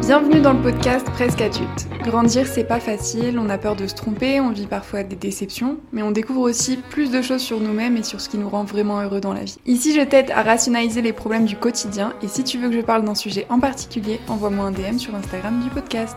Bienvenue dans le podcast Presque Adulte. Grandir, c'est pas facile, on a peur de se tromper, on vit parfois des déceptions, mais on découvre aussi plus de choses sur nous-mêmes et sur ce qui nous rend vraiment heureux dans la vie. Ici, je t'aide à rationaliser les problèmes du quotidien, et si tu veux que je parle d'un sujet en particulier, envoie-moi un DM sur Instagram du podcast.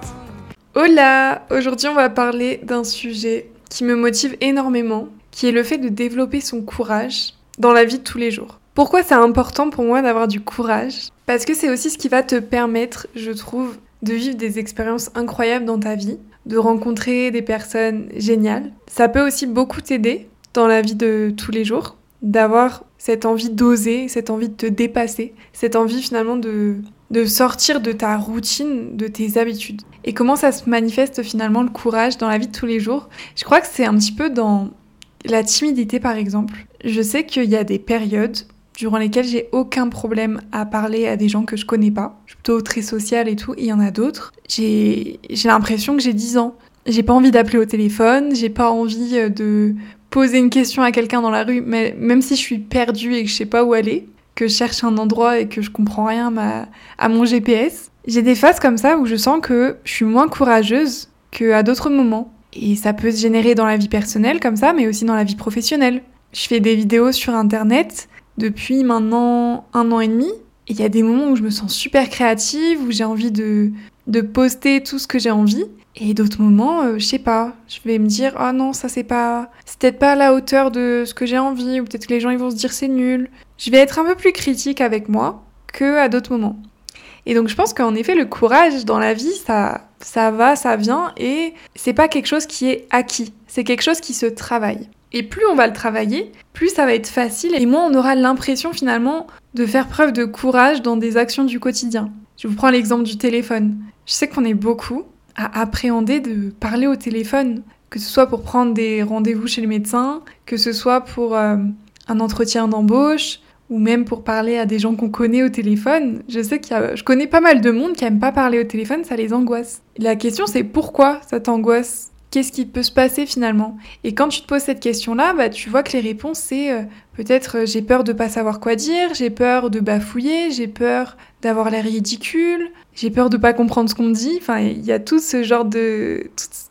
Hola! Aujourd'hui, on va parler d'un sujet qui me motive énormément, qui est le fait de développer son courage dans la vie de tous les jours. Pourquoi c'est important pour moi d'avoir du courage ? Parce que c'est aussi ce qui va te permettre, je trouve, de vivre des expériences incroyables dans ta vie, de rencontrer des personnes géniales. Ça peut aussi beaucoup t'aider dans la vie de tous les jours, d'avoir cette envie d'oser, cette envie de te dépasser, cette envie finalement de sortir de ta routine, de tes habitudes. Et comment ça se manifeste finalement le courage dans la vie de tous les jours ? Je crois que c'est un petit peu dans la timidité par exemple. Je sais qu'il y a des périodes durant lesquelles j'ai aucun problème à parler à des gens que je connais pas. Je suis plutôt très sociale et tout, et il y en a d'autres. J'ai l'impression que j'ai 10 ans. J'ai pas envie d'appeler au téléphone, j'ai pas envie de poser une question à quelqu'un dans la rue, mais même si je suis perdue et que je sais pas où aller, que je cherche un endroit et que je comprends rien à mon GPS, j'ai des phases comme ça où je sens que je suis moins courageuse qu'à d'autres moments. Et ça peut se générer dans la vie personnelle comme ça, mais aussi dans la vie professionnelle. Je fais des vidéos sur internet depuis maintenant 1 an et demi. Et il y a des moments où je me sens super créative, où j'ai envie de poster tout ce que j'ai envie. Et d'autres moments, je sais pas, je vais me dire « Ah non, ça c'est peut-être pas à la hauteur de ce que j'ai envie » ou peut-être que les gens ils vont se dire « C'est nul ». Je vais être un peu plus critique avec moi qu'à d'autres moments. Et donc je pense qu'en effet, le courage dans la vie, ça va, ça vient, et c'est pas quelque chose qui est acquis. C'est quelque chose qui se travaille. Et plus on va le travailler, plus ça va être facile et moins on aura l'impression finalement de faire preuve de courage dans des actions du quotidien. Je vous prends l'exemple du téléphone. Je sais qu'on est beaucoup à appréhender de parler au téléphone, que ce soit pour prendre des rendez-vous chez le médecin, que ce soit pour un entretien d'embauche, ou même pour parler à des gens qu'on connaît au téléphone. Je sais je connais pas mal de monde qui aime pas parler au téléphone, ça les angoisse. La question c'est pourquoi ça t'angoisse ? Qu'est-ce qui peut se passer finalement ? Et quand tu te poses cette question-là, tu vois que les réponses c'est peut-être j'ai peur de pas savoir quoi dire, j'ai peur de bafouiller, j'ai peur d'avoir l'air ridicule, j'ai peur de pas comprendre ce qu'on me dit. Enfin, il y a tout ce genre de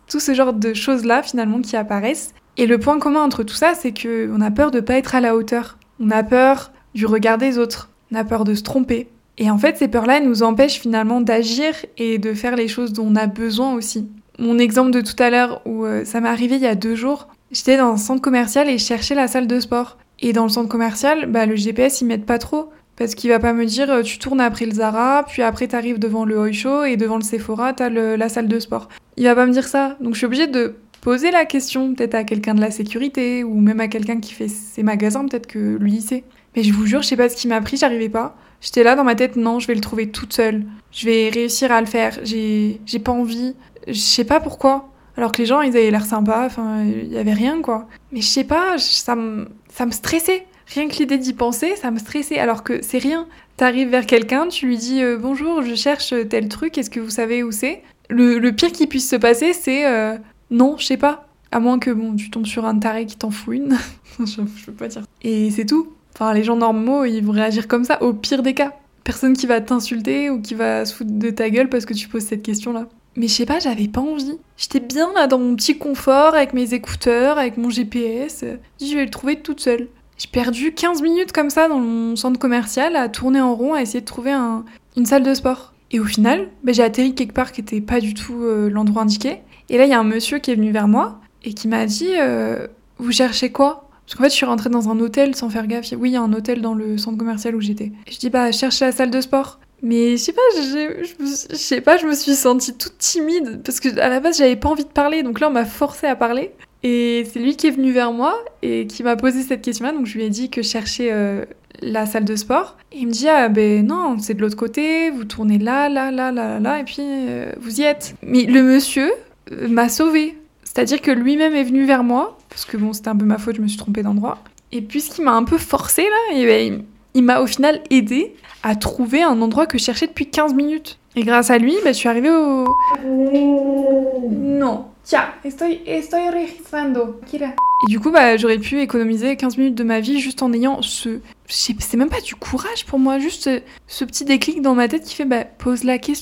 choses-là finalement qui apparaissent. Et le point commun entre tout ça, c'est qu'on a peur de pas être à la hauteur. On a peur du regard des autres. On a peur de se tromper. Et en fait, ces peurs-là, elles nous empêchent finalement d'agir et de faire les choses dont on a besoin aussi. Mon exemple de tout à l'heure où ça m'est arrivé il y a 2 jours, j'étais dans un centre commercial et je cherchais la salle de sport. Et dans le centre commercial, le GPS il m'aide pas trop. Parce qu'il va pas me dire tu tournes après le Zara, puis après t'arrives devant le Oysho et devant le Sephora t'as la salle de sport. Il va pas me dire ça. Donc je suis obligée de poser la question peut-être à quelqu'un de la sécurité ou même à quelqu'un qui fait ses magasins, peut-être que lui il sait. Mais je vous jure, je sais pas ce qui m'a pris, j'arrivais pas. J'étais là dans ma tête, non, je vais le trouver toute seule. Je vais réussir à le faire. J'ai pas envie. Je sais pas pourquoi. Alors que les gens, ils avaient l'air sympas, enfin, il y avait rien, quoi. Mais je sais pas, ça me stressait. Rien que l'idée d'y penser, ça me stressait. Alors que c'est rien. T'arrives vers quelqu'un, tu lui dis « Bonjour, je cherche tel truc, est-ce que vous savez où c'est ?» Le pire qui puisse se passer, c'est « Non, je sais pas. » À moins que, tu tombes sur un taré qui t'en fout une. je peux pas dire. Et c'est tout. Enfin, les gens normaux, ils vont réagir comme ça, au pire des cas. Personne qui va t'insulter ou qui va se foutre de ta gueule parce que tu poses cette question-là. Mais je sais pas, j'avais pas envie. J'étais bien là dans mon petit confort, avec mes écouteurs, avec mon GPS. Je vais le trouver toute seule. J'ai perdu 15 minutes comme ça dans mon centre commercial à tourner en rond, à essayer de trouver une salle de sport. Et au final, j'ai atterri quelque part qui était pas du tout l'endroit indiqué. Et là, il y a un monsieur qui est venu vers moi et qui m'a dit « Vous cherchez quoi ?» Parce qu'en fait, je suis rentrée dans un hôtel sans faire gaffe. Oui, il y a un hôtel dans le centre commercial où j'étais. Et je dis « je cherche la salle de sport. » Mais je sais pas, je me suis sentie toute timide parce que à la base j'avais pas envie de parler, donc là on m'a forcée à parler et c'est lui qui est venu vers moi et qui m'a posé cette question-là, donc je lui ai dit que je cherchais la salle de sport et il me dit non, c'est de l'autre côté, vous tournez là et puis vous y êtes. Mais le monsieur m'a sauvée, c'est-à-dire que lui-même est venu vers moi parce que c'était un peu ma faute, je me suis trompée d'endroit et puisqu'il m'a un peu forcée là, et il m'a au final aidée à trouver un endroit que je cherchais depuis 15 minutes. Et grâce à lui, je suis arrivée au... Non. Tiens, estoy registrando. Et du coup, j'aurais pu économiser 15 minutes de ma vie juste en ayant c'est même pas du courage pour moi, juste ce petit déclic dans ma tête qui fait pose la question.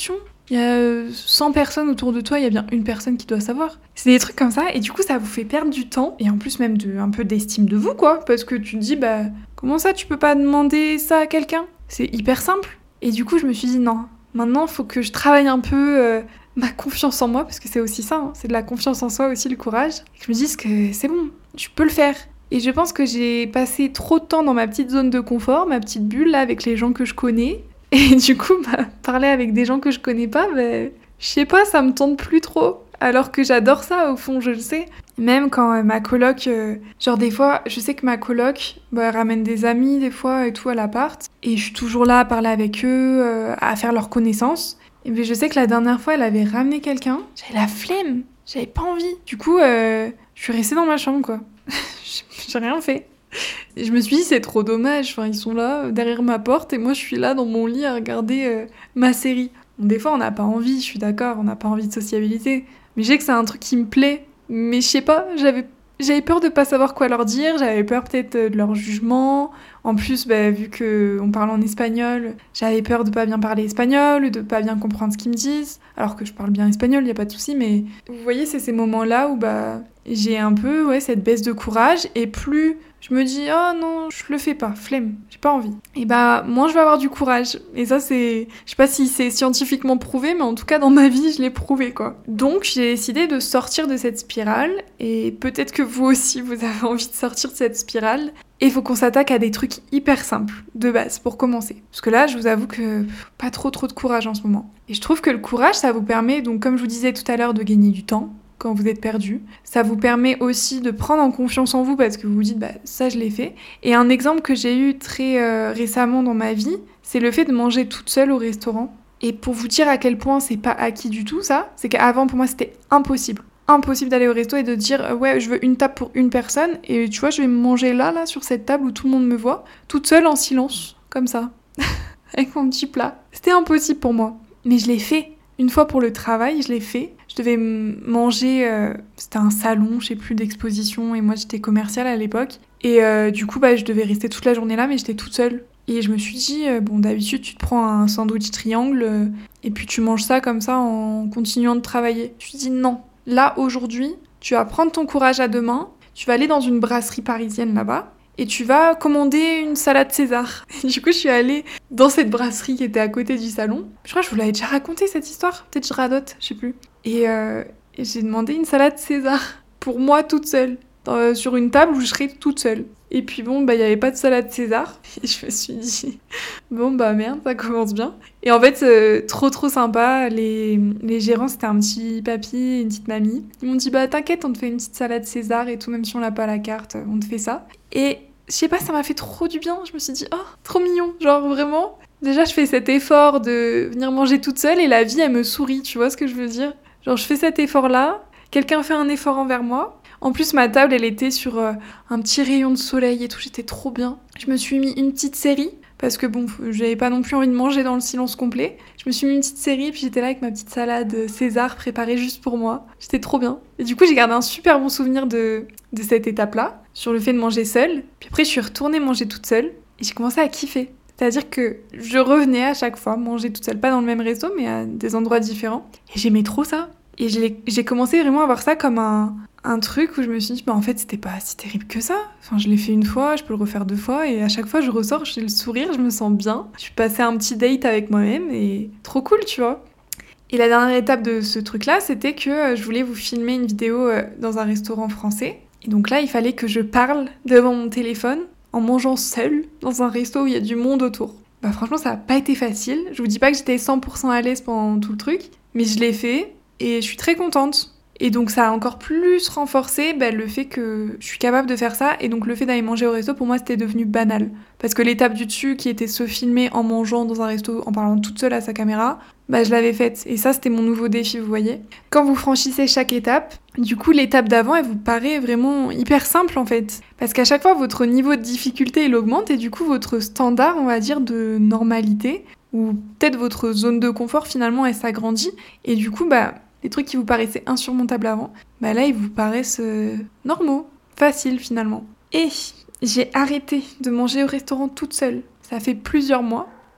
Il y a 100 personnes autour de toi, il y a bien une personne qui doit savoir. C'est des trucs comme ça, et du coup, ça vous fait perdre du temps, et en plus même un peu d'estime de vous, quoi, parce que tu te dis, comment ça, tu peux pas demander ça à quelqu'un ? C'est hyper simple. Et du coup, je me suis dit, non, maintenant, faut que je travaille un peu ma confiance en moi, parce que c'est aussi ça, c'est de la confiance en soi aussi, le courage. Et je me dis que c'est bon, tu peux le faire. Et je pense que j'ai passé trop de temps dans ma petite zone de confort, ma petite bulle, là, avec les gens que je connais. Et du coup, parler avec des gens que je connais pas, je sais pas, ça me tente plus trop. Alors que j'adore ça, au fond, je le sais. Même quand ma coloc, genre des fois, je sais que ma coloc, elle ramène des amis des fois et tout à l'appart. Et je suis toujours là à parler avec eux, à faire leur connaissance. Et je sais que la dernière fois, elle avait ramené quelqu'un. J'avais la flemme, j'avais pas envie. Du coup, je suis restée dans ma chambre, quoi. J'ai rien fait. Et je me suis dit, c'est trop dommage. Enfin, ils sont là, derrière ma porte, et moi, je suis là dans mon lit à regarder ma série. Bon, des fois, on n'a pas envie, je suis d'accord, on n'a pas envie de sociabilité. Mais je sais que c'est un truc qui me plaît. Mais je sais pas, j'avais peur de pas savoir quoi leur dire, j'avais peur peut-être de leur jugement. En plus, vu qu'on parle en espagnol, j'avais peur de pas bien parler espagnol, de pas bien comprendre ce qu'ils me disent. Alors que je parle bien espagnol, y a pas de souci, mais vous voyez, c'est ces moments-là où j'ai un peu cette baisse de courage, et plus je me dis oh non, je le fais pas, flemme, j'ai pas envie. Et moins je vais avoir du courage. Et ça, je sais pas si c'est scientifiquement prouvé, mais en tout cas dans ma vie, je l'ai prouvé, quoi. Donc j'ai décidé de sortir de cette spirale, et peut-être que vous aussi vous avez envie de sortir de cette spirale. Et il faut qu'on s'attaque à des trucs hyper simples, de base, pour commencer. Parce que là, je vous avoue que pas trop de courage en ce moment. Et je trouve que le courage, ça vous permet, donc comme je vous disais tout à l'heure, de gagner du temps quand vous êtes perdu. Ça vous permet aussi de prendre en confiance en vous parce que vous vous dites, ça je l'ai fait. Et un exemple que j'ai eu très récemment dans ma vie, c'est le fait de manger toute seule au restaurant. Et pour vous dire à quel point c'est pas acquis du tout, ça, c'est qu'avant, pour moi, c'était impossible d'aller au resto et de dire ouais, je veux une table pour une personne et tu vois, je vais me manger là sur cette table où tout le monde me voit, toute seule en silence, comme ça, avec mon petit plat. C'était impossible pour moi, mais je l'ai fait. Une fois pour le travail, je l'ai fait. Je devais manger, c'était un salon, je sais plus, d'exposition, et moi j'étais commerciale à l'époque. Et du coup, je devais rester toute la journée là, mais j'étais toute seule. Et je me suis dit, d'habitude, tu te prends un sandwich triangle, et puis tu manges ça comme ça en continuant de travailler. Je me suis dit non. Là, aujourd'hui, tu vas prendre ton courage à deux mains, tu vas aller dans une brasserie parisienne là-bas, et tu vas commander une salade César. Et du coup, je suis allée dans cette brasserie qui était à côté du salon. Je crois que je vous l'avais déjà raconté, cette histoire. Peut-être je radote, je sais plus. Et j'ai demandé une salade César pour moi toute seule, sur une table où je serais toute seule. Et puis il y avait pas de salade César. Et je me suis dit, merde, ça commence bien. Et en fait, trop sympa. Les gérants, c'était un petit papy et une petite mamie. Ils m'ont dit, t'inquiète, on te fait une petite salade César et tout, même si on l'a pas à la carte, on te fait ça. Et je sais pas, ça m'a fait trop du bien. Je me suis dit, oh, trop mignon. Genre vraiment, déjà, je fais cet effort de venir manger toute seule et la vie, elle me sourit. Tu vois ce que je veux dire ? Genre, je fais cet effort-là, quelqu'un fait un effort envers moi. En plus, ma table, elle était sur un petit rayon de soleil et tout, j'étais trop bien. Je me suis mis une petite série, parce que j'avais pas non plus envie de manger dans le silence complet. Je me suis mis une petite série, puis j'étais là avec ma petite salade César préparée juste pour moi. J'étais trop bien. Et du coup, j'ai gardé un super bon souvenir de cette étape-là, sur le fait de manger seule. Puis après, je suis retournée manger toute seule, et j'ai commencé à kiffer. C'est-à-dire que je revenais à chaque fois manger toute seule, pas dans le même resto, mais à des endroits différents. Et j'aimais trop ça. Et j'ai commencé vraiment à voir ça comme un truc où je me suis dit, en fait, c'était pas si terrible que ça. Enfin, je l'ai fait une fois, je peux le refaire 2 fois, et à chaque fois, je ressors, j'ai le sourire, je me sens bien. Je suis passée un petit date avec moi-même, et trop cool, tu vois. Et la dernière étape de ce truc-là, c'était que je voulais vous filmer une vidéo dans un restaurant français. Et donc là, il fallait que je parle devant mon téléphone, en mangeant seule, dans un resto où il y a du monde autour. Franchement, ça a pas été facile. Je vous dis pas que j'étais 100% à l'aise pendant tout le truc, mais je l'ai fait. Et je suis très contente. Et donc ça a encore plus renforcé le fait que je suis capable de faire ça. Et donc le fait d'aller manger au resto, pour moi, c'était devenu banal. Parce que l'étape du dessus, qui était se filmer en mangeant dans un resto, en parlant toute seule à sa caméra, je l'avais faite. Et ça, c'était mon nouveau défi, vous voyez. Quand vous franchissez chaque étape, du coup, l'étape d'avant, elle vous paraît vraiment hyper simple, en fait. Parce qu'à chaque fois, votre niveau de difficulté, il augmente. Et du coup, votre standard, on va dire, de normalité, ou peut-être votre zone de confort, finalement, elle s'agrandit. Et du coup, les trucs qui vous paraissaient insurmontables avant, là, ils vous paraissent normaux, faciles finalement. Et j'ai arrêté de manger au restaurant toute seule. Ça fait plusieurs mois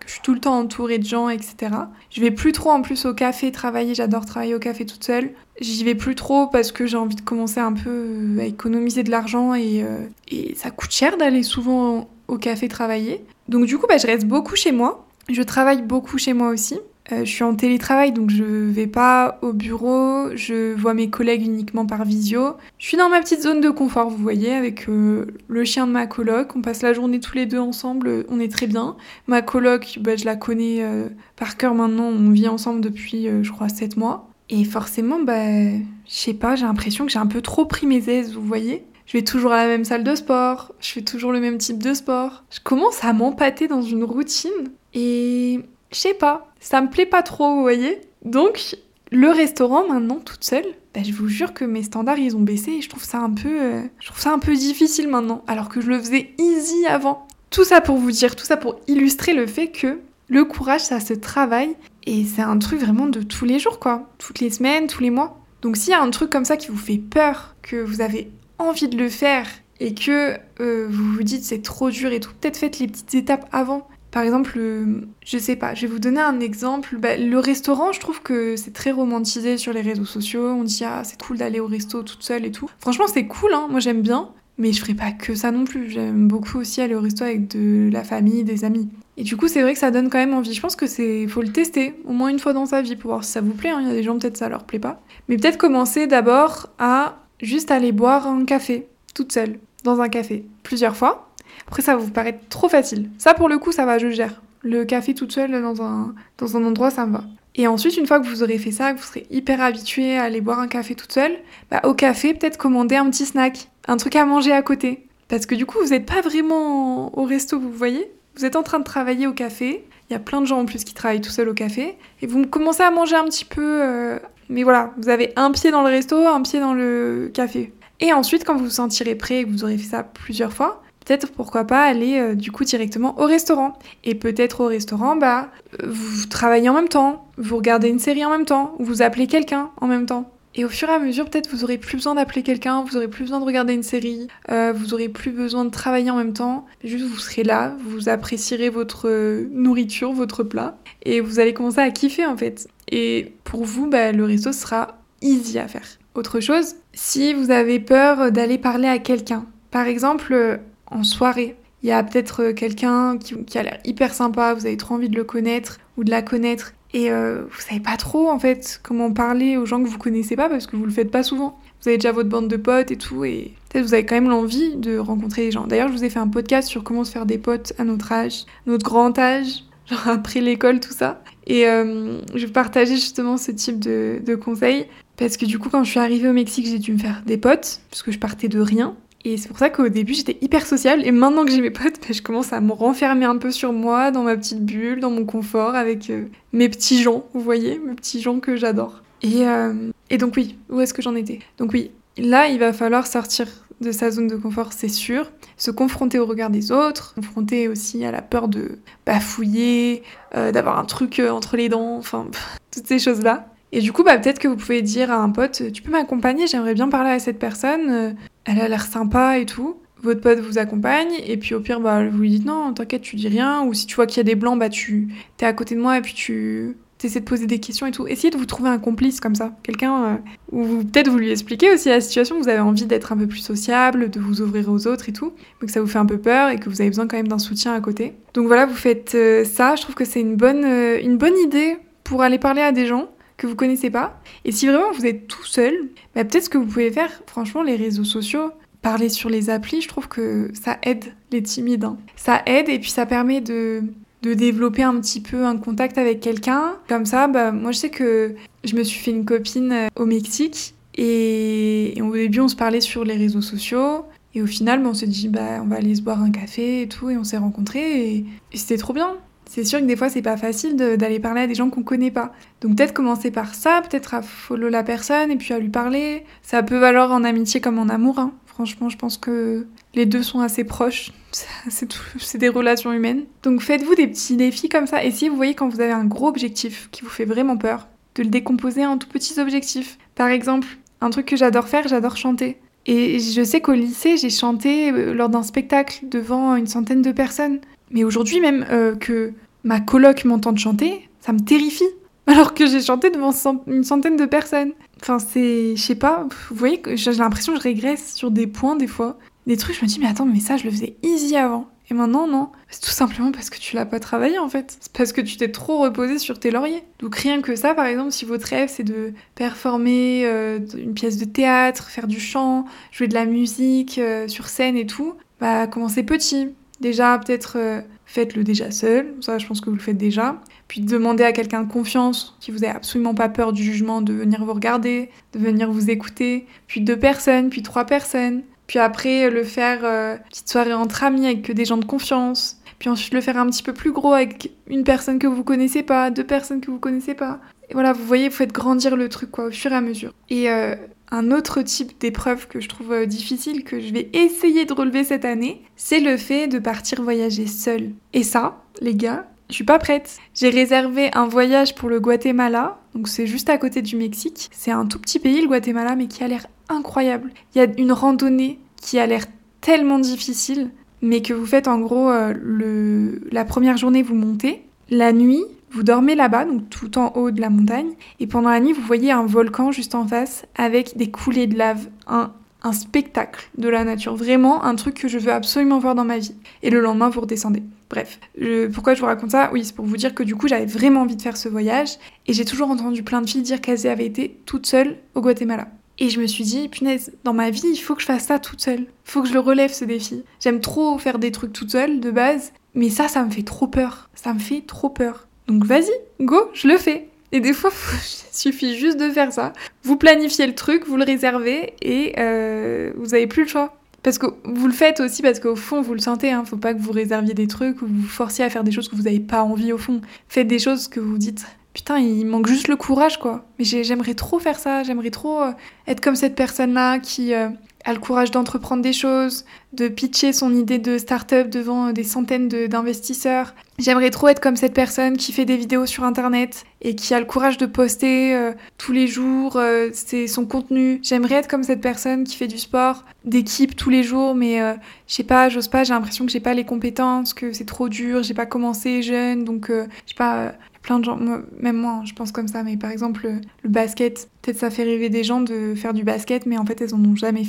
que je suis tout le temps entourée de gens, etc. Je vais plus trop en plus au café travailler, j'adore travailler au café toute seule. J'y vais plus trop parce que j'ai envie de commencer un peu à économiser de l'argent et ça coûte cher d'aller souvent au café travailler. Donc du coup, je reste beaucoup chez moi. Je travaille beaucoup chez moi aussi. Je suis en télétravail, donc je vais pas au bureau, je vois mes collègues uniquement par visio. Je suis dans ma petite zone de confort, vous voyez, avec le chien de ma coloc. On passe la journée tous les deux ensemble, on est très bien. Ma coloc, je la connais par cœur maintenant, on vit ensemble depuis, je crois, 7 mois. Et forcément, je sais pas, j'ai l'impression que j'ai un peu trop pris mes aises, vous voyez. Je vais toujours à la même salle de sport, je fais toujours le même type de sport. Je commence à m'empâter dans une routine et... je sais pas, ça me plaît pas trop, vous voyez. Donc, le restaurant, maintenant, toute seule, je vous jure que mes standards, ils ont baissé et je trouve ça un peu difficile maintenant, alors que je le faisais easy avant. Tout ça pour vous dire, tout ça pour illustrer le fait que le courage, ça se travaille et c'est un truc vraiment de tous les jours, quoi. Toutes les semaines, tous les mois. Donc, s'il y a un truc comme ça qui vous fait peur, que vous avez envie de le faire et que vous vous dites c'est trop dur et tout, peut-être faites les petites étapes avant. Par exemple, je sais pas, je vais vous donner un exemple. Le restaurant, je trouve que c'est très romantisé sur les réseaux sociaux. On dit, ah, c'est cool d'aller au resto toute seule et tout. Franchement, c'est cool, hein, moi j'aime bien. Mais je ferai pas que ça non plus. J'aime beaucoup aussi aller au resto avec de la famille, des amis. Et du coup, c'est vrai que ça donne quand même envie. Je pense que faut le tester, au moins une fois dans sa vie, pour voir si ça vous plaît. Il y a des gens, peut-être ça leur plaît pas. Mais peut-être commencer d'abord à juste aller boire un café, toute seule, dans un café, plusieurs fois. Après, ça va vous paraître trop facile. Ça, pour le coup, ça va, je gère. Le café toute seule dans un endroit, ça me va. Et ensuite, une fois que vous aurez fait ça, que vous serez hyper habitué à aller boire un café toute seule, au café, peut-être commander un petit snack, un truc à manger à côté. Parce que du coup, vous n'êtes pas vraiment au resto, vous voyez. Vous êtes en train de travailler au café. Il y a plein de gens en plus qui travaillent tout seuls au café. Et vous commencez à manger un petit peu. Mais voilà, vous avez un pied dans le resto, un pied dans le café. Et ensuite, quand vous vous sentirez prêt et que vous aurez fait ça plusieurs fois, peut-être, pourquoi pas, aller du coup directement au restaurant. Et peut-être au restaurant, vous travaillez en même temps, vous regardez une série en même temps, ou vous appelez quelqu'un en même temps. Et au fur et à mesure, peut-être vous aurez plus besoin d'appeler quelqu'un, vous aurez plus besoin de regarder une série, vous aurez plus besoin de travailler en même temps. Juste, vous serez là, vous apprécierez votre nourriture, votre plat, et vous allez commencer à kiffer en fait. Et pour vous, le resto sera easy à faire. Autre chose, si vous avez peur d'aller parler à quelqu'un, par exemple... en soirée, il y a peut-être quelqu'un qui a l'air hyper sympa, vous avez trop envie de le connaître ou de la connaître et vous savez pas trop en fait comment parler aux gens que vous connaissez pas parce que vous le faites pas souvent. Vous avez déjà votre bande de potes et tout et peut-être vous avez quand même l'envie de rencontrer les gens. D'ailleurs, je vous ai fait un podcast sur comment se faire des potes à notre âge, notre grand âge, genre après l'école, tout ça. Et je vais partager justement ce type de conseils parce que du coup, quand je suis arrivée au Mexique, j'ai dû me faire des potes parce que je partais de rien. Et c'est pour ça qu'au début, j'étais hyper sociable. Et maintenant que j'ai mes potes, je commence à me renfermer un peu sur moi, dans ma petite bulle, dans mon confort, avec mes petits gens, vous voyez, mes petits gens que j'adore. Et donc oui, où est-ce que j'en étais ? Donc oui, là, il va falloir sortir de sa zone de confort, c'est sûr. Se confronter au regard des autres, confronter aussi à la peur de bafouiller, d'avoir un truc entre les dents, enfin, toutes ces choses-là. Et du coup, peut-être que vous pouvez dire à un pote, tu peux m'accompagner, j'aimerais bien parler à cette personne, elle a l'air sympa et tout. Votre pote vous accompagne, et puis au pire, vous lui dites non, t'inquiète, tu dis rien. Ou si tu vois qu'il y a des blancs, t'es à côté de moi et puis tu essaies de poser des questions et tout. Essayez de vous trouver un complice comme ça, quelqu'un ou peut-être vous lui expliquez aussi la situation, vous avez envie d'être un peu plus sociable, de vous ouvrir aux autres et tout, mais que ça vous fait un peu peur et que vous avez besoin quand même d'un soutien à côté. Donc voilà, vous faites ça, je trouve que c'est une bonne idée pour aller parler à des gens que vous connaissez pas. Et si vraiment vous êtes tout seul, peut-être ce que vous pouvez faire, franchement, les réseaux sociaux, parler sur les applis, je trouve que ça aide les timides. Hein. Ça aide et puis ça permet de développer un petit peu un contact avec quelqu'un. Comme ça, moi je sais que je me suis fait une copine au Mexique et au début on se parlait sur les réseaux sociaux et au final on s'est dit on va aller se boire un café et tout et on s'est rencontrés et c'était trop bien. C'est sûr que des fois, c'est pas facile d'aller parler à des gens qu'on connaît pas. Donc peut-être commencer par ça, peut-être à follow la personne et puis à lui parler. Ça peut valoir en amitié comme en amour. Hein. Franchement, je pense que les deux sont assez proches. C'est des relations humaines. Donc faites-vous des petits défis comme ça. Et si vous voyez quand vous avez un gros objectif qui vous fait vraiment peur, de le décomposer en tout petits objectifs. Par exemple, un truc que j'adore faire, j'adore chanter. Et je sais qu'au lycée, j'ai chanté lors d'un spectacle devant une centaine de personnes. Mais aujourd'hui même, que ma coloc m'entende chanter, ça me terrifie. Alors que j'ai chanté devant une centaine de personnes. Enfin, je sais pas, vous voyez, j'ai l'impression que je régresse sur des points des fois. Des trucs, je me dis, mais attends, mais ça, je le faisais easy avant. Et maintenant, non. C'est tout simplement parce que tu l'as pas travaillé, en fait. C'est parce que tu t'es trop reposé sur tes lauriers. Donc rien que ça, par exemple, si votre rêve, c'est de performer une pièce de théâtre, faire du chant, jouer de la musique sur scène et tout, bah commencez petit. Déjà, peut-être faites-le déjà seul. Ça, je pense que vous le faites déjà. Puis demandez à quelqu'un de confiance, qui vous ait absolument pas peur du jugement, de venir vous regarder, de venir vous écouter. Puis 2 personnes, puis 3 personnes. Puis après, le faire petite soirée entre amis avec que des gens de confiance. Puis ensuite, le faire un petit peu plus gros avec une personne que vous connaissez pas, 2 personnes que vous connaissez pas. Et voilà, vous voyez, vous faites grandir le truc, quoi, au fur et à mesure. Et un autre type d'épreuve que je trouve difficile, que je vais essayer de relever cette année, c'est le fait de partir voyager seul. Et ça, les gars, je suis pas prête. J'ai réservé un voyage pour le Guatemala, donc c'est juste à côté du Mexique. C'est un tout petit pays, le Guatemala, mais qui a l'air incroyable. Il y a une randonnée qui a l'air tellement difficile, mais que vous faites en gros la première journée, vous montez. La nuit, vous dormez là-bas, donc tout en haut de la montagne. Et pendant la nuit, vous voyez un volcan juste en face avec des coulées de lave. Un spectacle de la nature. Vraiment un truc que je veux absolument voir dans ma vie. Et le lendemain, vous redescendez. Bref, pourquoi je vous raconte ça ? Oui, c'est pour vous dire que du coup, j'avais vraiment envie de faire ce voyage. Et j'ai toujours entendu plein de filles dire qu'elles avaient été toutes seules au Guatemala. Et je me suis dit, punaise, dans ma vie, il faut que je fasse ça toute seule. Il faut que je le relève, ce défi. J'aime trop faire des trucs toute seule, de base. Mais ça me fait trop peur. Ça me fait trop peur. Donc vas-y, go, je le fais. Et des fois, il suffit juste de faire ça. Vous planifiez le truc, vous le réservez et vous avez plus le choix. Parce que vous le faites aussi parce qu'au fond, vous le sentez. Hein. Faut pas que vous réserviez des trucs ou vous vous forciez à faire des choses que vous n'avez pas envie au fond. Faites des choses que vous dites, putain, il manque juste le courage, quoi. Mais j'aimerais trop faire ça. J'aimerais trop être comme cette personne-là qui a le courage d'entreprendre des choses, de pitcher son idée de start-up devant des centaines d'investisseurs. J'aimerais trop être comme cette personne qui fait des vidéos sur internet et qui a le courage de poster tous les jours son contenu. J'aimerais être comme cette personne qui fait du sport d'équipe tous les jours, mais je sais pas, j'ose pas, j'ai l'impression que j'ai pas les compétences, que c'est trop dur, j'ai pas commencé jeune, donc je sais pas... Plein de gens, même moi, je pense comme ça, mais par exemple, le basket, peut-être ça fait rêver des gens de faire du basket, mais en fait, ils en ont jamais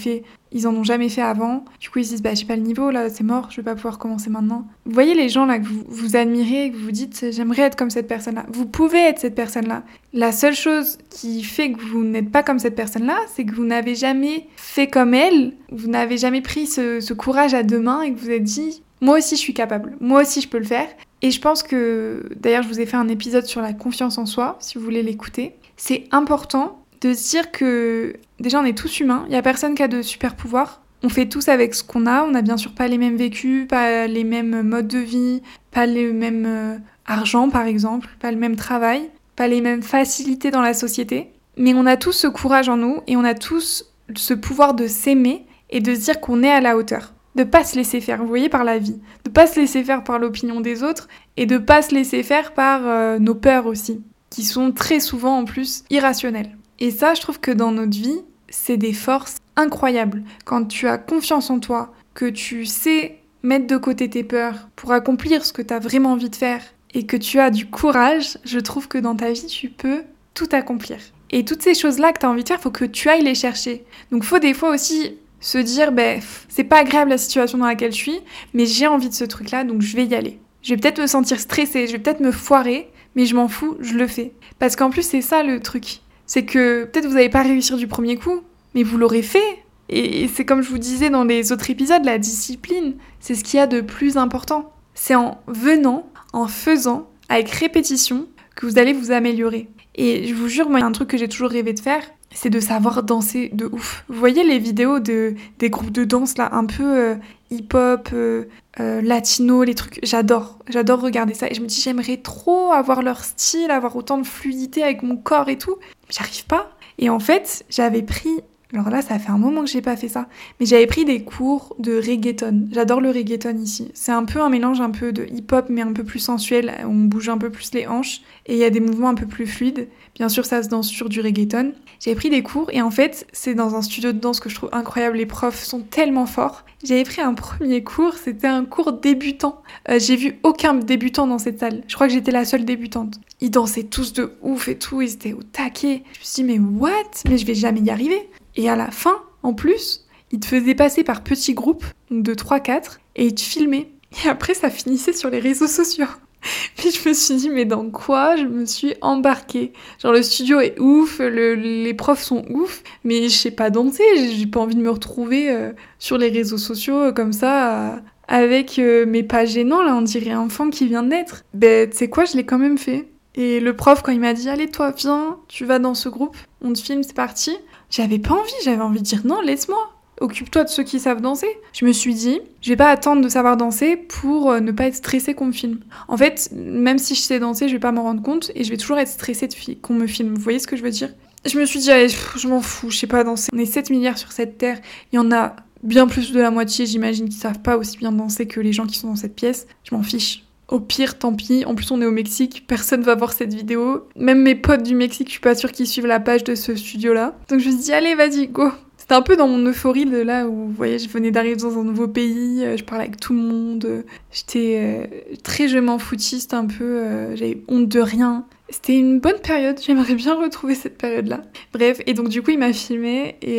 fait avant. Du coup, ils se disent, j'ai pas le niveau, là, c'est mort, je vais pas pouvoir commencer maintenant. Vous voyez les gens là que vous admirez, que vous dites, j'aimerais être comme cette personne-là. Vous pouvez être cette personne-là. La seule chose qui fait que vous n'êtes pas comme cette personne-là, c'est que vous n'avez jamais fait comme elle, vous n'avez jamais pris ce courage à 2 mains et que vous vous êtes dit, moi aussi je suis capable, moi aussi je peux le faire. Et je pense que, d'ailleurs je vous ai fait un épisode sur la confiance en soi, si vous voulez l'écouter. C'est important de se dire que, déjà on est tous humains, il n'y a personne qui a de super pouvoirs. On fait tous avec ce qu'on a, on n'a bien sûr pas les mêmes vécus, pas les mêmes modes de vie, pas les mêmes argent par exemple, pas le même travail, pas les mêmes facilités dans la société. Mais on a tous ce courage en nous et on a tous ce pouvoir de s'aimer et de se dire qu'on est à la hauteur. De pas se laisser faire, vous voyez, par la vie. De pas se laisser faire par l'opinion des autres et de pas se laisser faire par nos peurs aussi, qui sont très souvent en plus irrationnelles. Et ça, je trouve que dans notre vie, c'est des forces incroyables. Quand tu as confiance en toi, que tu sais mettre de côté tes peurs pour accomplir ce que tu as vraiment envie de faire et que tu as du courage, je trouve que dans ta vie, tu peux tout accomplir. Et toutes ces choses-là que tu as envie de faire, il faut que tu ailles les chercher. Donc il faut des fois aussi se dire, c'est pas agréable la situation dans laquelle je suis, mais j'ai envie de ce truc-là, donc je vais y aller. Je vais peut-être me sentir stressée, je vais peut-être me foirer, mais je m'en fous, je le fais. Parce qu'en plus, c'est ça le truc. C'est que peut-être vous n'allez pas réussir du premier coup, mais vous l'aurez fait. Et c'est comme je vous disais dans les autres épisodes, la discipline, c'est ce qu'il y a de plus important. C'est en venant, en faisant, avec répétition, que vous allez vous améliorer. Et je vous jure, moi, il y a un truc que j'ai toujours rêvé de faire, c'est de savoir danser de ouf. Vous voyez les vidéos des groupes de danse là, un peu hip-hop, latino, les trucs, j'adore regarder ça. Et je me dis, j'aimerais trop avoir leur style, avoir autant de fluidité avec mon corps et tout. Mais j'arrive pas. Et en fait, j'avais pris Alors là, ça fait un moment que j'ai pas fait ça. Mais j'avais pris des cours de reggaeton. J'adore le reggaeton ici. C'est un peu un mélange un peu de hip-hop, mais un peu plus sensuel. On bouge un peu plus les hanches. Et il y a des mouvements un peu plus fluides. Bien sûr, ça se danse sur du reggaeton. J'avais pris des cours et en fait, c'est dans un studio de danse que je trouve incroyable. Les profs sont tellement forts. J'avais pris un premier cours, c'était un cours débutant. J'ai vu aucun débutant dans cette salle. Je crois que j'étais la seule débutante. Ils dansaient tous de ouf et tout, ils étaient au taquet. Je me suis dit, mais what? Mais je vais jamais y arriver. Et à la fin, en plus, ils te faisaient passer par petits groupes, donc de 3-4, et ils te filmaient. Et après, ça finissait sur les réseaux sociaux. Puis je me suis dit, mais dans quoi je me suis embarquée? Genre le studio est ouf, les profs sont ouf, mais je sais pas danser, j'ai pas envie de me retrouver sur les réseaux sociaux comme ça, avec mes pas gênants, là, on dirait un enfant qui vient de naître. Ben, tu sais quoi, je l'ai quand même fait. Et le prof, quand il m'a dit, allez toi, viens, tu vas dans ce groupe, on te filme, c'est parti. J'avais pas envie, j'avais envie de dire non, laisse-moi. Occupe-toi de ceux qui savent danser. Je me suis dit, je vais pas attendre de savoir danser pour ne pas être stressée qu'on me filme. En fait, même si je sais danser, je vais pas m'en rendre compte et je vais toujours être stressée qu'on me filme. Vous voyez ce que je veux dire? Je me suis dit, allez, je m'en fous, je sais pas danser. On est 7 milliards sur cette terre, il y en a bien plus de la moitié, j'imagine, qui savent pas aussi bien danser que les gens qui sont dans cette pièce. Je m'en fiche. Au pire, tant pis. En plus, on est au Mexique, personne va voir cette vidéo. Même mes potes du Mexique, je suis pas sûre qu'ils suivent la page de ce studio-là. Donc je me suis dit, allez, vas-y, go. C'était un peu dans mon euphorie de là où, vous voyez, je venais d'arriver dans un nouveau pays, je parlais avec tout le monde, j'étais très je m'en foutiste un peu, j'avais honte de rien. C'était une bonne période, j'aimerais bien retrouver cette période-là. Bref, et donc du coup, il m'a filmé et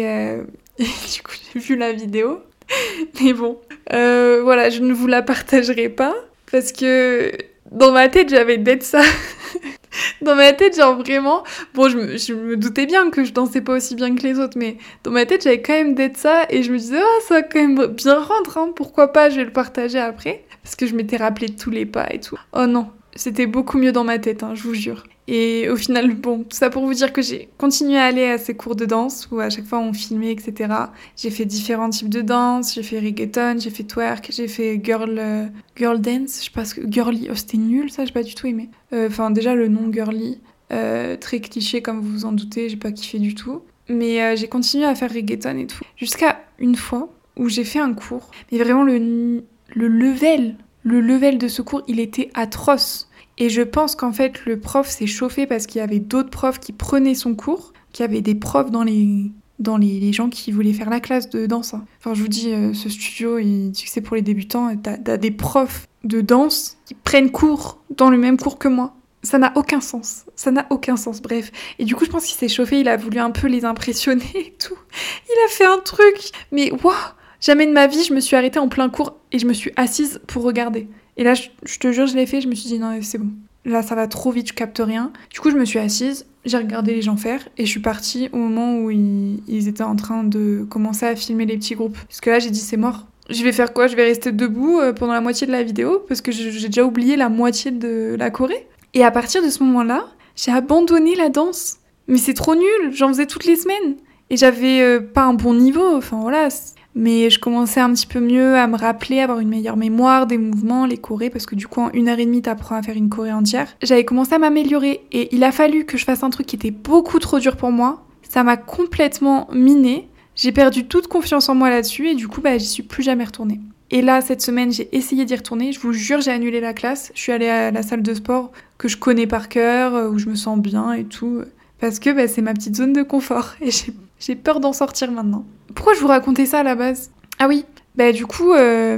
du coup, j'ai vu la vidéo. Mais bon, voilà, je ne vous la partagerai pas parce que dans ma tête, j'avais d'être ça. Dans ma tête, genre vraiment... Bon, je me doutais bien que je dansais pas aussi bien que les autres, mais dans ma tête, j'avais quand même d'être ça, et je me disais, oh, ça va quand même bien rendre, hein, pourquoi pas, je vais le partager après. Parce que je m'étais rappelé de tous les pas et tout. Oh non, c'était beaucoup mieux dans ma tête, hein, je vous jure. Et au final, bon, tout ça pour vous dire que j'ai continué à aller à ces cours de danse, où à chaque fois on filmait, etc. J'ai fait différents types de danse, j'ai fait reggaeton, j'ai fait twerk, j'ai fait girl dance, je sais pas ce que... Girly, oh c'était nul ça, j'ai pas du tout aimé. Enfin déjà le nom girly, très cliché comme vous vous en doutez, j'ai pas kiffé du tout. Mais j'ai continué à faire reggaeton et tout. Jusqu'à une fois où j'ai fait un cours, mais vraiment le level de ce cours, il était atroce. Et je pense qu'en fait, le prof s'est chauffé parce qu'il y avait d'autres profs qui prenaient son cours, qu'il y avait des profs dans les gens qui voulaient faire la classe de danse. Enfin, je vous dis, ce studio, il dit que c'est pour les débutants. T'as des profs de danse qui prennent cours dans le même cours que moi. Ça n'a aucun sens. Ça n'a aucun sens, bref. Et du coup, je pense qu'il s'est chauffé, il a voulu un peu les impressionner et tout. Il a fait un truc, mais waouh! Jamais de ma vie, je me suis arrêtée en plein cours et je me suis assise pour regarder. Et là, je te jure, je l'ai fait, je me suis dit non, c'est bon. Là, ça va trop vite, je capte rien. Du coup, je me suis assise, j'ai regardé les gens faire et je suis partie au moment où ils étaient en train de commencer à filmer les petits groupes. Parce que là, j'ai dit c'est mort. Je vais faire quoi? Je vais rester debout pendant la moitié de la vidéo parce que j'ai déjà oublié la moitié de la choré. Et à partir de ce moment-là, j'ai abandonné la danse. Mais c'est trop nul, j'en faisais toutes les semaines. Et j'avais pas un bon niveau, enfin voilà... Mais je commençais un petit peu mieux à me rappeler, à avoir une meilleure mémoire des mouvements, les chorés, parce que du coup, en 1h30, t'apprends à faire une choré entière. J'avais commencé à m'améliorer et il a fallu que je fasse un truc qui était beaucoup trop dur pour moi. Ça m'a complètement minée. J'ai perdu toute confiance en moi là-dessus et du coup, j'y suis plus jamais retournée. Et là, cette semaine, j'ai essayé d'y retourner. Je vous jure, j'ai annulé la classe. Je suis allée à la salle de sport que je connais par cœur, où je me sens bien et tout. Parce que c'est ma petite zone de confort et j'ai peur d'en sortir maintenant. Pourquoi je vous racontais ça à la base? Ah oui, du coup,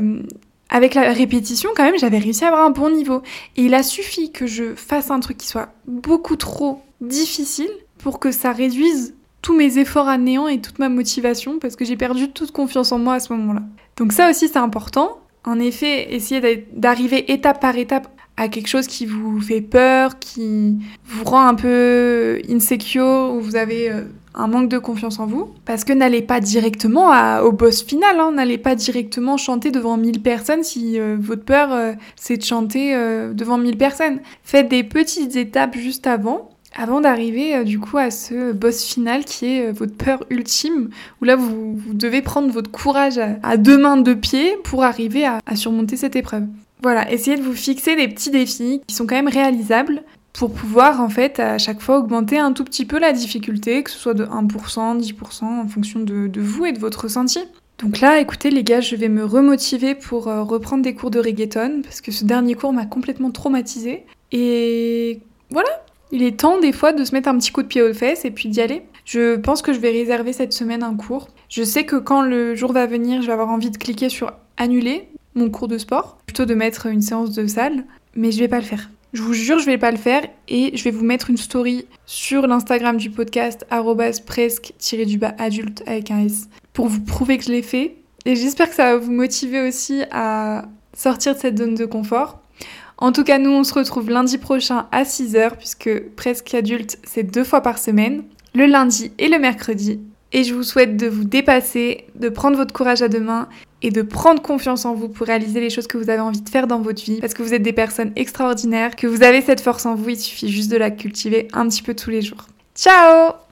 avec la répétition, quand même, j'avais réussi à avoir un bon niveau. Et il a suffi que je fasse un truc qui soit beaucoup trop difficile pour que ça réduise tous mes efforts à néant et toute ma motivation, parce que j'ai perdu toute confiance en moi à ce moment-là. Donc ça aussi, c'est important. En effet, essayez d'arriver étape par étape à quelque chose qui vous fait peur, qui vous rend un peu insecure, où vous avez un manque de confiance en vous. Parce que n'allez pas directement au boss final, n'allez pas directement chanter devant 1000 personnes si votre peur, c'est de chanter devant 1000 personnes. Faites des petites étapes juste avant d'arriver du coup à ce boss final qui est votre peur ultime, où là vous devez prendre votre courage à 2 mains, 2 pieds pour arriver à surmonter cette épreuve. Voilà, essayez de vous fixer des petits défis qui sont quand même réalisables pour pouvoir en fait à chaque fois augmenter un tout petit peu la difficulté, que ce soit de 1%, 10% en fonction de vous et de votre ressenti. Donc là, écoutez les gars, je vais me remotiver pour reprendre des cours de reggaeton parce que ce dernier cours m'a complètement traumatisée. Et voilà, il est temps des fois de se mettre un petit coup de pied aux fesses et puis d'y aller. Je pense que je vais réserver cette semaine un cours. Je sais que quand le jour va venir, je vais avoir envie de cliquer sur annuler mon cours de sport, plutôt de mettre une séance de salle, mais je vais pas le faire. Je vous jure, je vais pas le faire et je vais vous mettre une story sur l'Instagram du podcast @presque_adulte avec un S pour vous prouver que je l'ai fait. Et j'espère que ça va vous motiver aussi à sortir de cette zone de confort. En tout cas, nous, on se retrouve lundi prochain à 6h puisque Presque Adulte, c'est 2 fois par semaine, le lundi et le mercredi. Et je vous souhaite de vous dépasser, de prendre votre courage à deux mains et de prendre confiance en vous pour réaliser les choses que vous avez envie de faire dans votre vie parce que vous êtes des personnes extraordinaires, que vous avez cette force en vous, il suffit juste de la cultiver un petit peu tous les jours. Ciao!